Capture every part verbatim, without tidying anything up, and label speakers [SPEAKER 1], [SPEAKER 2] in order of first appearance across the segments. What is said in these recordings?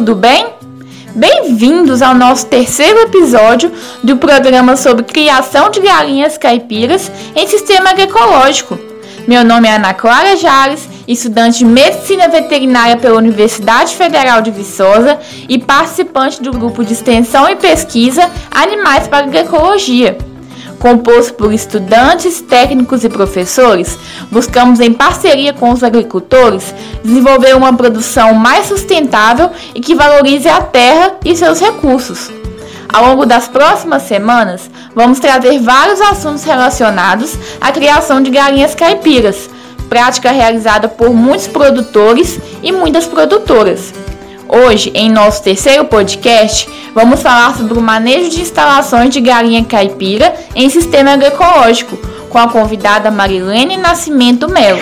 [SPEAKER 1] tudo bem? Bem-vindos ao nosso terceiro episódio do programa sobre criação de galinhas caipiras em sistema agroecológico. Meu nome é Ana Clara Jales, estudante de Medicina Veterinária pela Universidade Federal de Viçosa e participante do grupo de extensão e pesquisa Animais para Agroecologia. Composto por estudantes, técnicos e professores, buscamos, em parceria com os agricultores, desenvolver uma produção mais sustentável e que valorize a terra e seus recursos. Ao longo das próximas semanas, vamos trazer vários assuntos relacionados à criação de galinhas caipiras, prática realizada por muitos produtores e muitas produtoras. Hoje, em nosso terceiro podcast, vamos falar sobre o manejo de instalações de galinha caipira em sistema agroecológico, com a convidada Marilene Nascimento Melo.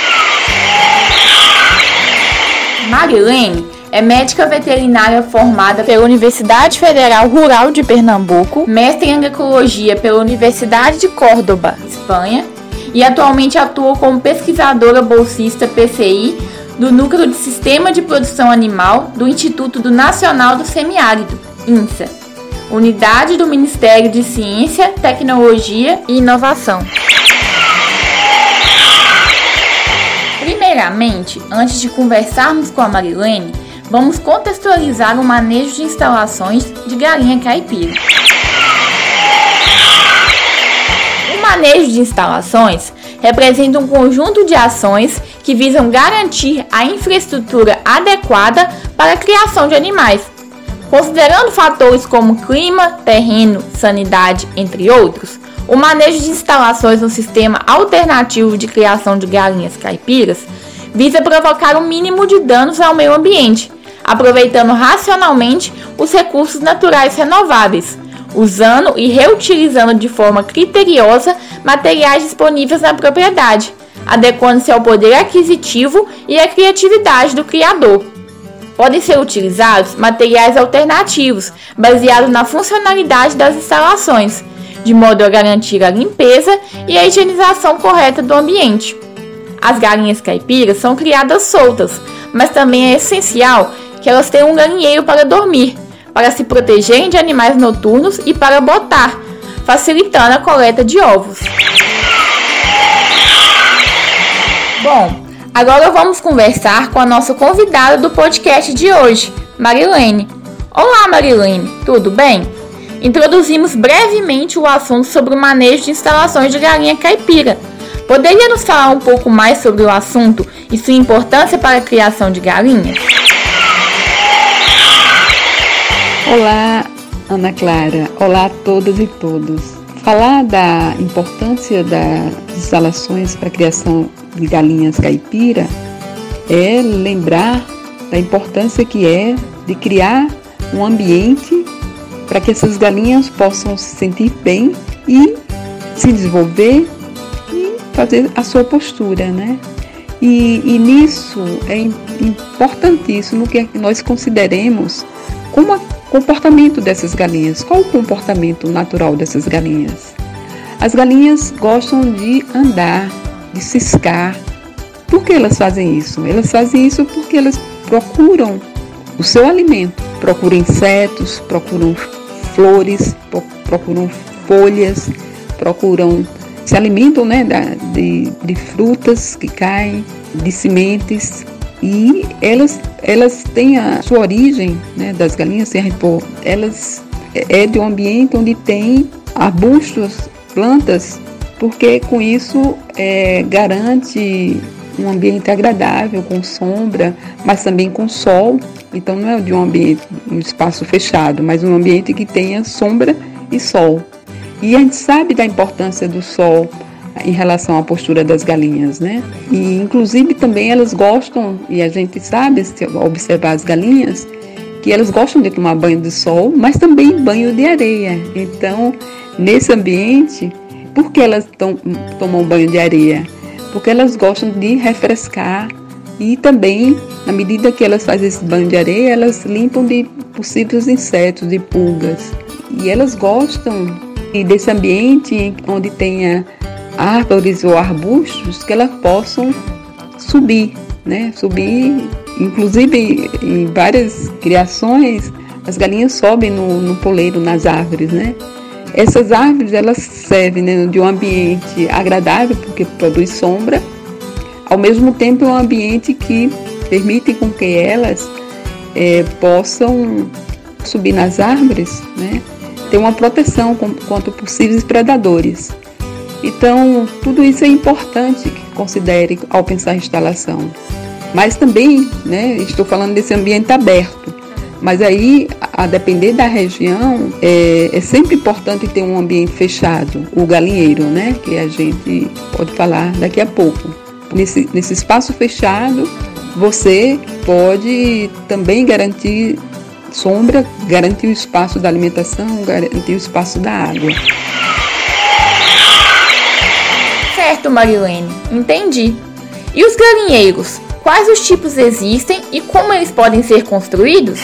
[SPEAKER 1] Marilene é médica veterinária formada pela Universidade Federal Rural de Pernambuco, mestre em agroecologia pela Universidade de Córdoba, Espanha, e atualmente atua como pesquisadora bolsista P C I do Núcleo de Sistema de Produção Animal do Instituto do Nacional do Semiárido, INSA, unidade do Ministério de Ciência, Tecnologia e Inovação. Primeiramente, antes de conversarmos com a Marilene, vamos contextualizar o manejo de instalações de galinha caipira. O manejo de instalações representa um conjunto de ações que visam garantir a infraestrutura adequada para a criação de animais. Considerando fatores como clima, terreno, sanidade, entre outros, o manejo de instalações no sistema alternativo de criação de galinhas caipiras visa provocar o mínimo de danos ao meio ambiente, aproveitando racionalmente os recursos naturais renováveis, usando e reutilizando de forma criteriosa materiais disponíveis na propriedade, adequando-se ao poder aquisitivo e à criatividade do criador. Podem ser utilizados materiais alternativos, baseados na funcionalidade das instalações, de modo a garantir a limpeza e a higienização correta do ambiente. As galinhas caipiras são criadas soltas, mas também é essencial que elas tenham um galinheiro para dormir, para se protegerem de animais noturnos e para botar, facilitando a coleta de ovos. Bom, agora vamos conversar com a nossa convidada do podcast de hoje, Marilene. Olá, Marilene, tudo bem? Introduzimos brevemente o assunto sobre o manejo de instalações de galinha caipira. Poderia nos falar um pouco mais sobre o assunto e sua importância para a criação de galinhas?
[SPEAKER 2] Olá, Ana Clara. Olá a todas e todos. Falar da importância das instalações para a criação de galinhas caipira é lembrar da importância que é de criar um ambiente para que essas galinhas possam se sentir bem e se desenvolver e fazer a sua postura, né? E, e nisso é importantíssimo que nós consideremos como a comportamento dessas galinhas. Qual o comportamento natural dessas galinhas? As galinhas gostam de andar, de ciscar. Por que elas fazem isso? Elas fazem isso porque elas procuram o seu alimento. Procuram insetos, procuram flores, procuram folhas, procuram, se alimentam, né, de, de frutas que caem, de sementes. E elas, elas têm a sua origem, né, das galinhas, elas é de um ambiente onde tem arbustos, plantas, porque com isso é, garante um ambiente agradável, com sombra, mas também com sol. Então não é de um ambiente, um espaço fechado, mas um ambiente que tenha sombra e sol. E a gente sabe da importância do sol em relação à postura das galinhas, né? E inclusive também elas gostam, e a gente sabe, se observar as galinhas, que elas gostam de tomar banho de sol, mas também banho de areia. Então, nesse ambiente, por que elas tom, tomam banho de areia? Porque elas gostam de refrescar e também, na medida que elas fazem esse banho de areia, elas limpam de possíveis insetos, de pulgas. E elas gostam desse ambiente onde tenha árvores ou arbustos que elas possam subir né? Subir, inclusive em várias criações, as galinhas sobem no, no poleiro, nas árvores, né? Essas árvores, elas servem, né, de um ambiente agradável, porque produz sombra, ao mesmo tempo é um ambiente que permite com que elas é, possam subir nas árvores, né, ter uma proteção contra possíveis predadores. Então, tudo isso é importante que considere ao pensar em instalação. Mas também, né, estou falando desse ambiente aberto, mas aí, a depender da região, é, é sempre importante ter um ambiente fechado, o galinheiro, né, que a gente pode falar daqui a pouco. Nesse, nesse espaço fechado, você pode também garantir sombra, garantir o espaço da alimentação, garantir o espaço da água.
[SPEAKER 1] Certo, Marilene, entendi. E os galinheiros? Quais os tipos existem e como eles podem ser construídos?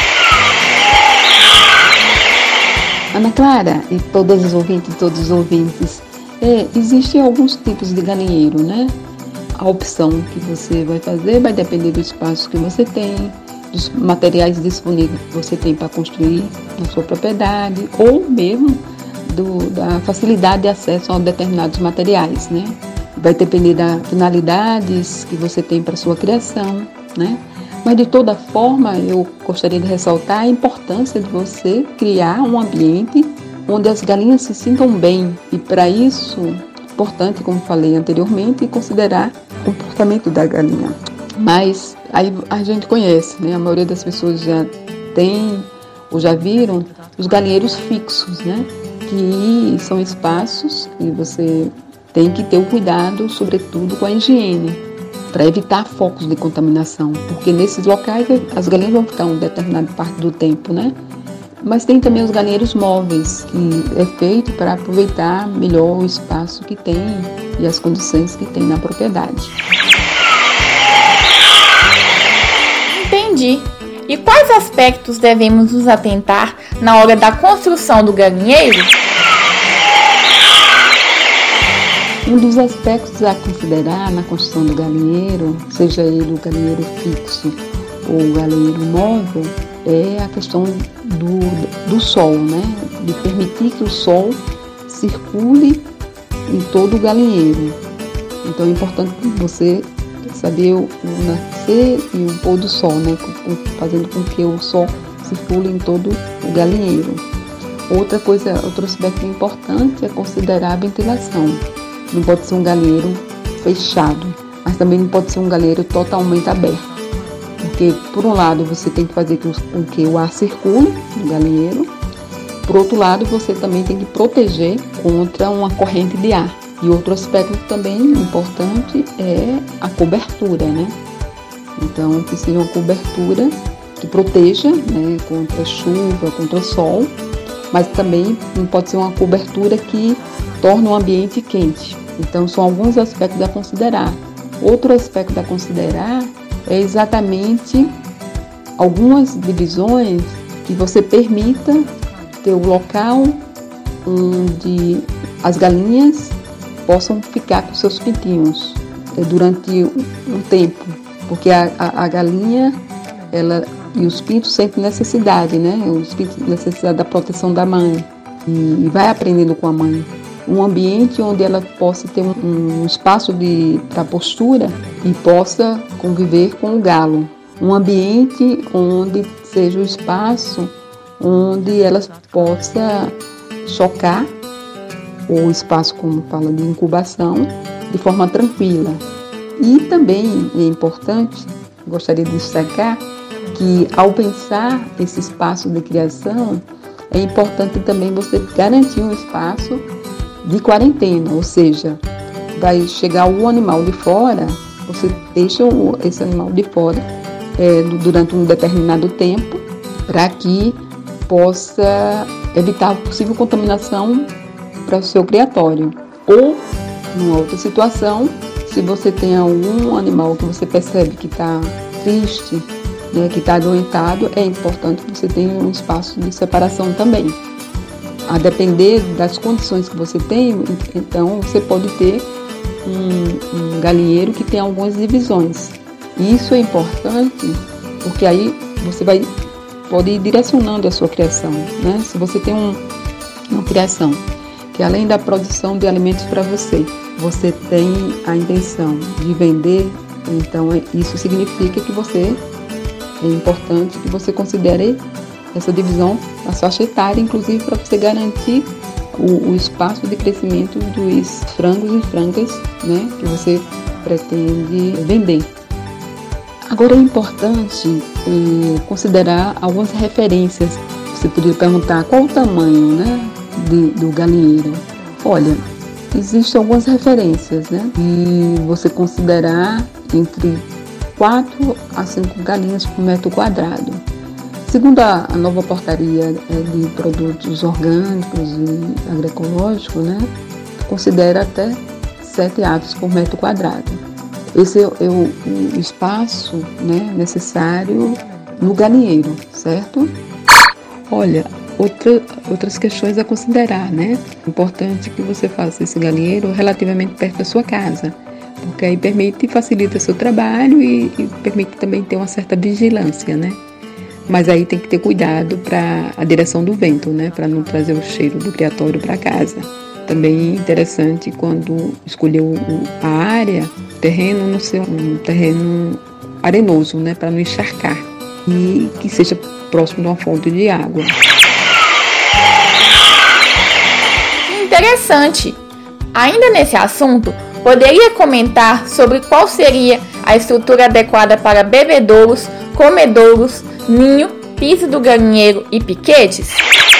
[SPEAKER 2] Ana Clara e todas as ouvintes e todos os ouvintes, é, existem alguns tipos de galinheiro, né? A opção que você vai fazer vai depender do espaço que você tem, dos materiais disponíveis que você tem para construir na sua propriedade, ou mesmo do, da facilidade de acesso a determinados materiais, né? Vai depender das finalidades que você tem para sua criação, né? Mas de toda forma, eu gostaria de ressaltar a importância de você criar um ambiente onde as galinhas se sintam bem. E para isso, é importante, como falei anteriormente, considerar o comportamento da galinha. Mas aí a gente conhece, né? A maioria das pessoas já tem ou já viram os galinheiros fixos, né? Que são espaços que você tem que ter o cuidado, sobretudo, com a higiene, para evitar focos de contaminação, porque nesses locais as galinhas vão ficar uma determinada parte do tempo, né? Mas tem também os galinheiros móveis, que é feito para aproveitar melhor o espaço que tem e as condições que tem na propriedade.
[SPEAKER 1] Entendi. E quais aspectos devemos nos atentar na hora da construção do galinheiro?
[SPEAKER 2] Um dos aspectos a considerar na construção do galinheiro, seja ele o galinheiro fixo ou o galinheiro móvel, é a questão do, do sol, né? De permitir que o sol circule em todo o galinheiro. Então é importante você saber o nascer e o pôr do sol, né? Fazendo com que o sol circule em todo o galinheiro. Outra coisa, outro aspecto importante é considerar a ventilação. Não pode ser um galinheiro fechado, mas também não pode ser um galinheiro totalmente aberto. Porque, por um lado, você tem que fazer com que o ar circule no galinheiro. Por outro lado, você também tem que proteger contra uma corrente de ar. E outro aspecto também importante é a cobertura, né? Então, que seja uma cobertura que proteja, né, contra a chuva, contra o sol, mas também não pode ser uma cobertura que torna o ambiente quente. Então, são alguns aspectos a considerar. Outro aspecto a considerar é exatamente algumas divisões que você permita ter o local onde as galinhas possam ficar com seus pintinhos durante um tempo, porque a, a, a galinha ela, e os pintos sentem necessidade, né? Os pintos necessidade da proteção da mãe e vai aprendendo com a mãe. Um ambiente onde ela possa ter um, um espaço para postura e possa conviver com o galo. Um ambiente onde seja o espaço onde elas possam chocar, ou espaço, como fala, de incubação, de forma tranquila. E também é importante, gostaria de destacar, que ao pensar esse espaço de criação, é importante também você garantir um espaço de quarentena, ou seja, vai chegar o animal de fora, você deixa esse animal de fora é, durante um determinado tempo, para que possa evitar possível contaminação para o seu criatório. Ou, numa outra situação, se você tem algum animal que você percebe que está triste, né, que está adoentado, é importante que você tenha um espaço de separação também. A depender das condições que você tem, então você pode ter um, um galinheiro que tem algumas divisões. E isso é importante porque aí você vai, pode ir direcionando a sua criação, né? Se você tem um, uma criação que além da produção de alimentos para você, você tem a intenção de vender, então isso significa que você, é importante que você considere essa divisão na faixa etária, inclusive para você garantir o, o espaço de crescimento dos frangos e frangas, né, que você pretende vender. Agora é importante é, considerar algumas referências. Você poderia perguntar qual o tamanho, né, de, do galinheiro. Olha, existem algumas referências, né, e você considerar entre quatro a cinco galinhas por metro quadrado. Segundo a, a nova portaria de produtos orgânicos e agroecológicos, né, considera até sete aves por metro quadrado. Esse é, é o, o espaço, né, necessário no galinheiro, certo? Olha, outra, outras questões a considerar, né? É importante que você faça esse galinheiro relativamente perto da sua casa, porque aí permite e facilita seu trabalho e, e permite também ter uma certa vigilância, né? Mas aí tem que ter cuidado para a direção do vento, né? Para não trazer o cheiro do criatório para casa. Também interessante quando escolher o, a área, o terreno não ser um terreno arenoso, né? Para não encharcar e que seja próximo de uma fonte de água.
[SPEAKER 1] Interessante! Ainda nesse assunto, poderia comentar sobre qual seria a estrutura adequada para bebedouros, comedouros, ninho, piso do galinheiro e piquetes?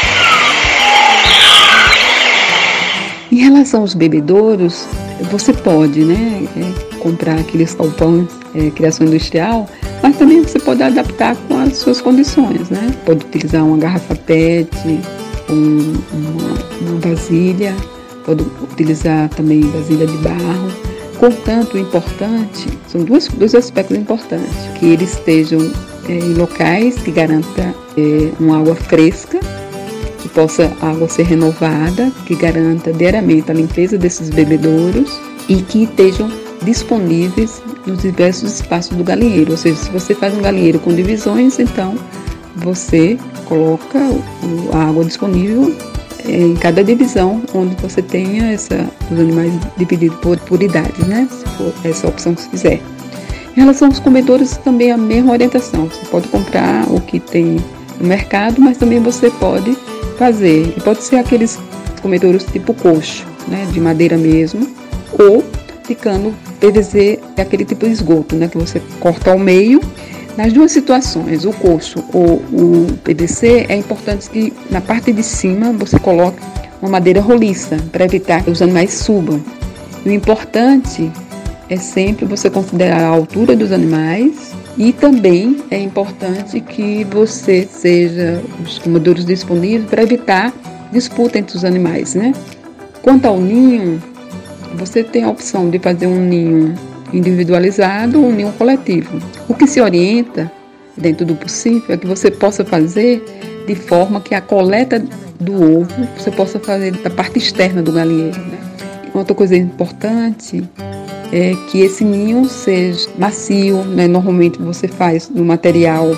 [SPEAKER 2] Em relação aos bebedouros, você pode, né, é, comprar aqueles galpões, é, criação industrial, mas também você pode adaptar com as suas condições, né? Pode utilizar uma garrafa P E T, um, uma, uma vasilha, pode utilizar também vasilha de barro. Portanto, o importante, são dois, dois aspectos importantes, que eles estejam é, em locais que garanta é, uma água fresca, que possa a água ser renovada, que garanta diariamente a limpeza desses bebedouros e que estejam disponíveis nos diversos espaços do galinheiro. Ou seja, se você faz um galinheiro com divisões, então você coloca a água disponível em cada divisão, onde você tenha essa, os animais divididos por, por idade, né? Se for essa a opção que você fizer. Em relação aos comedouros, também a mesma orientação. Você pode comprar o que tem no mercado, mas também você pode fazer. E pode ser aqueles comedouros tipo coxo, né? De madeira mesmo, ou de cano P V C, é aquele tipo de esgoto, né? Que você corta ao meio. Nas duas situações, o coxo ou o P V C, é importante que na parte de cima você coloque uma madeira roliça para evitar que os animais subam. E o importante é sempre você considerar a altura dos animais e também é importante que você seja os comedouros disponíveis para evitar disputa entre os animais, né? Quanto ao ninho, você tem a opção de fazer um ninho individualizado ou um ninho coletivo. O que se orienta, dentro do possível, é que você possa fazer de forma que a coleta do ovo você possa fazer da parte externa do galinheiro, né? Outra coisa importante é que esse ninho seja macio, né? Normalmente você faz no material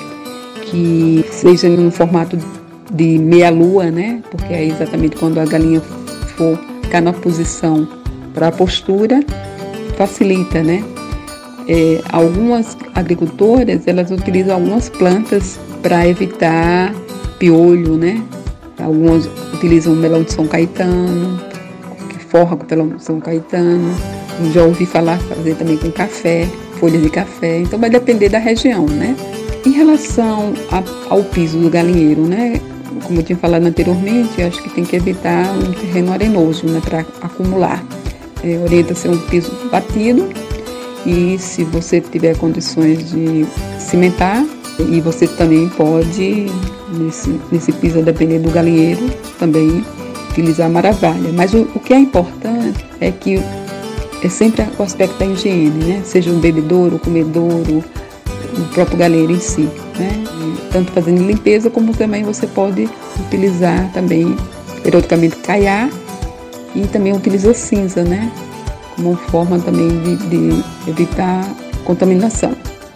[SPEAKER 2] que seja no formato de meia-lua, né? Porque é exatamente quando a galinha for ficar na posição para a postura, facilita, né? É, algumas agricultoras, elas utilizam algumas plantas para evitar piolho, né? Algumas utilizam o melão de São Caetano, que forra com o melão de São Caetano. Eu já ouvi falar fazer também com café, folhas de café. Então vai depender da região, né? Em relação a, ao piso do galinheiro, né? Como eu tinha falado anteriormente, eu acho que tem que evitar um terreno arenoso, né? Para acumular. É, orienta ser um piso batido e se você tiver condições de cimentar, e você também pode, nesse, nesse piso, a depender do galinheiro, também utilizar maravilha. Mas o, o que é importante é que é sempre o aspecto da higiene, né? Seja um bebedouro, comedouro, o próprio galinheiro em si, né? E tanto fazendo limpeza, como também você pode utilizar também, periodicamente, caiar. E também utiliza cinza, né? Como forma também de, de evitar contaminação.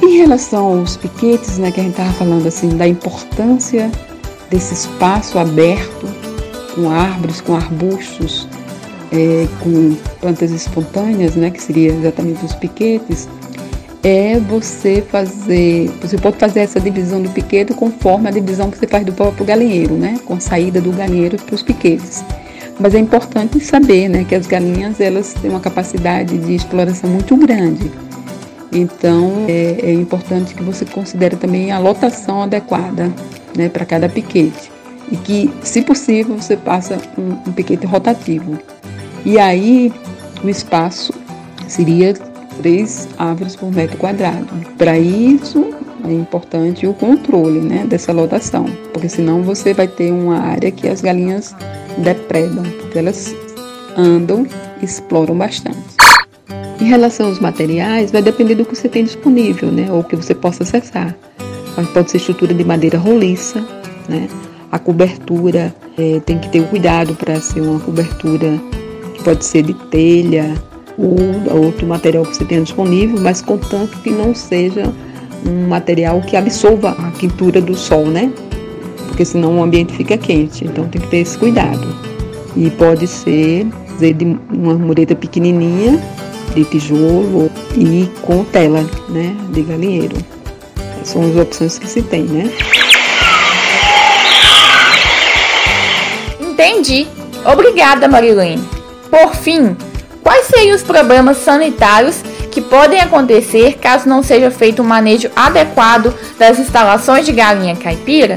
[SPEAKER 2] Em relação aos piquetes, né, que a gente estava falando assim, da importância desse espaço aberto, com árvores, com arbustos, é, com plantas espontâneas, né, que seria exatamente os piquetes, é você fazer, você pode fazer essa divisão do piquete conforme a divisão que você faz do próprio galinheiro, né, com a saída do galinheiro para os piquetes. Mas é importante saber, né, que as galinhas elas têm uma capacidade de exploração muito grande. Então é, é importante que você considere também a lotação adequada, né, para cada piquete. E que, se possível, você faça um, um piquete rotativo. E aí o espaço seria três árvores por metro quadrado. Para isso é importante o controle, né, dessa lotação, porque senão você vai ter uma área que as galinhas depredam, porque elas andam e exploram bastante. Em relação aos materiais, vai depender do que você tem disponível, né, ou que você possa acessar. Pode ser estrutura de madeira roliça, né? A cobertura é, tem que ter o cuidado para ser uma cobertura que pode ser de telha ou outro material que você tenha disponível, mas contanto que não seja um material que absorva a quentura do sol, né? Porque senão o ambiente fica quente, então tem que ter esse cuidado. E pode ser de uma mureta pequenininha, de tijolo e com tela, né, de galinheiro. São as opções que se tem, né?
[SPEAKER 1] Entendi. Obrigada, Marilene. Por fim, quais seriam os problemas sanitários que podem acontecer caso não seja feito um manejo adequado das instalações de galinha caipira?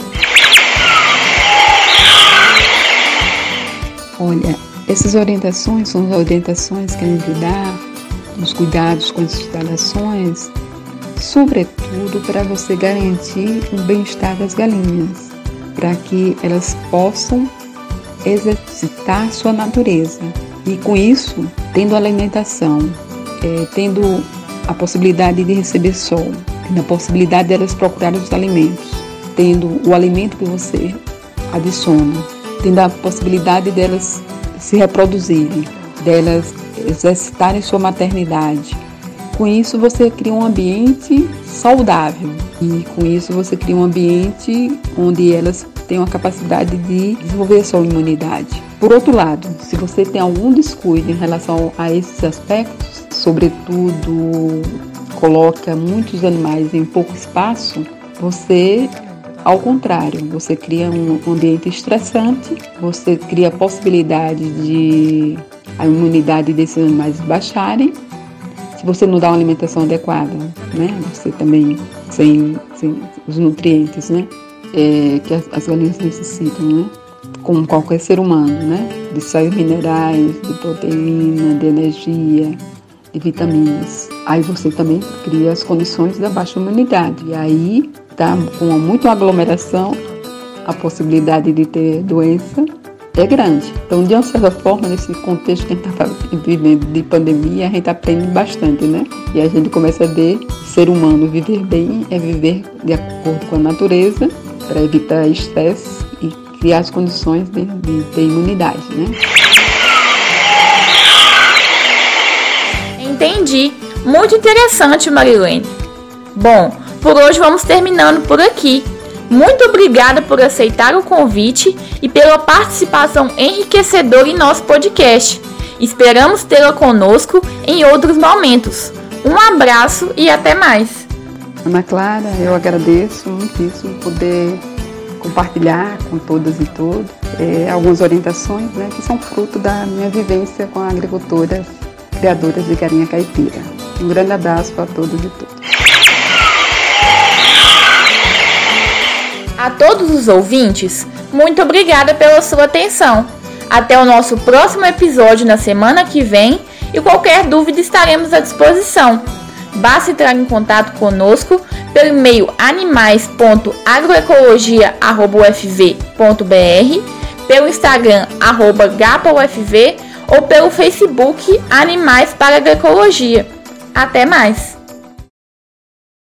[SPEAKER 2] Olha, essas orientações são as orientações que a gente dá, os cuidados com as instalações, sobretudo para você garantir o bem-estar das galinhas, para que elas possam exercitar sua natureza. E com isso, tendo alimentação, é, tendo a possibilidade de receber sol, tendo a possibilidade de elas procurarem os alimentos, tendo o alimento que você adiciona, tendo a possibilidade delas se reproduzirem, delas exercitarem sua maternidade. Com isso você cria um ambiente saudável e com isso você cria um ambiente onde elas têm a capacidade de desenvolver a sua imunidade. Por outro lado, se você tem algum descuido em relação a esses aspectos, sobretudo coloca muitos animais em pouco espaço, você, ao contrário, você cria um ambiente estressante, você cria a possibilidade de a imunidade desses animais baixarem. Se você não dá uma alimentação adequada, né, você também sem, sem os nutrientes, né, é, que as, as galinhas necessitam, né, como qualquer ser humano, né, de sais minerais, de proteína, de energia, de vitaminas. Aí você também cria as condições da baixa imunidade. E aí, tá, com muita aglomeração, a possibilidade de ter doença é grande. Então, de uma certa forma, nesse contexto que a gente está vivendo de pandemia, a gente aprende bastante, né? E a gente começa a ver ser humano viver bem é viver de acordo com a natureza, para evitar estresse e criar as condições de, de ter imunidade, né?
[SPEAKER 1] Entendi. Muito interessante, Marilene. Bom, por hoje vamos terminando por aqui. Muito obrigada por aceitar o convite e pela participação enriquecedora em nosso podcast. Esperamos tê-la conosco em outros momentos. Um abraço e até mais.
[SPEAKER 2] Ana Clara, eu agradeço muitíssimo poder compartilhar com todas e todos é, algumas orientações, né, que são fruto da minha vivência com agricultoras criadoras de galinha caipira. Um grande abraço para todos e todas.
[SPEAKER 1] A todos os ouvintes, muito obrigada pela sua atenção. Até o nosso próximo episódio na semana que vem e qualquer dúvida estaremos à disposição. Basta entrar em contato conosco pelo e-mail animais ponto agroecologia arroba u f v ponto b r, pelo Instagram arroba gapa u f v ou pelo Facebook Animais para Agroecologia. Até mais!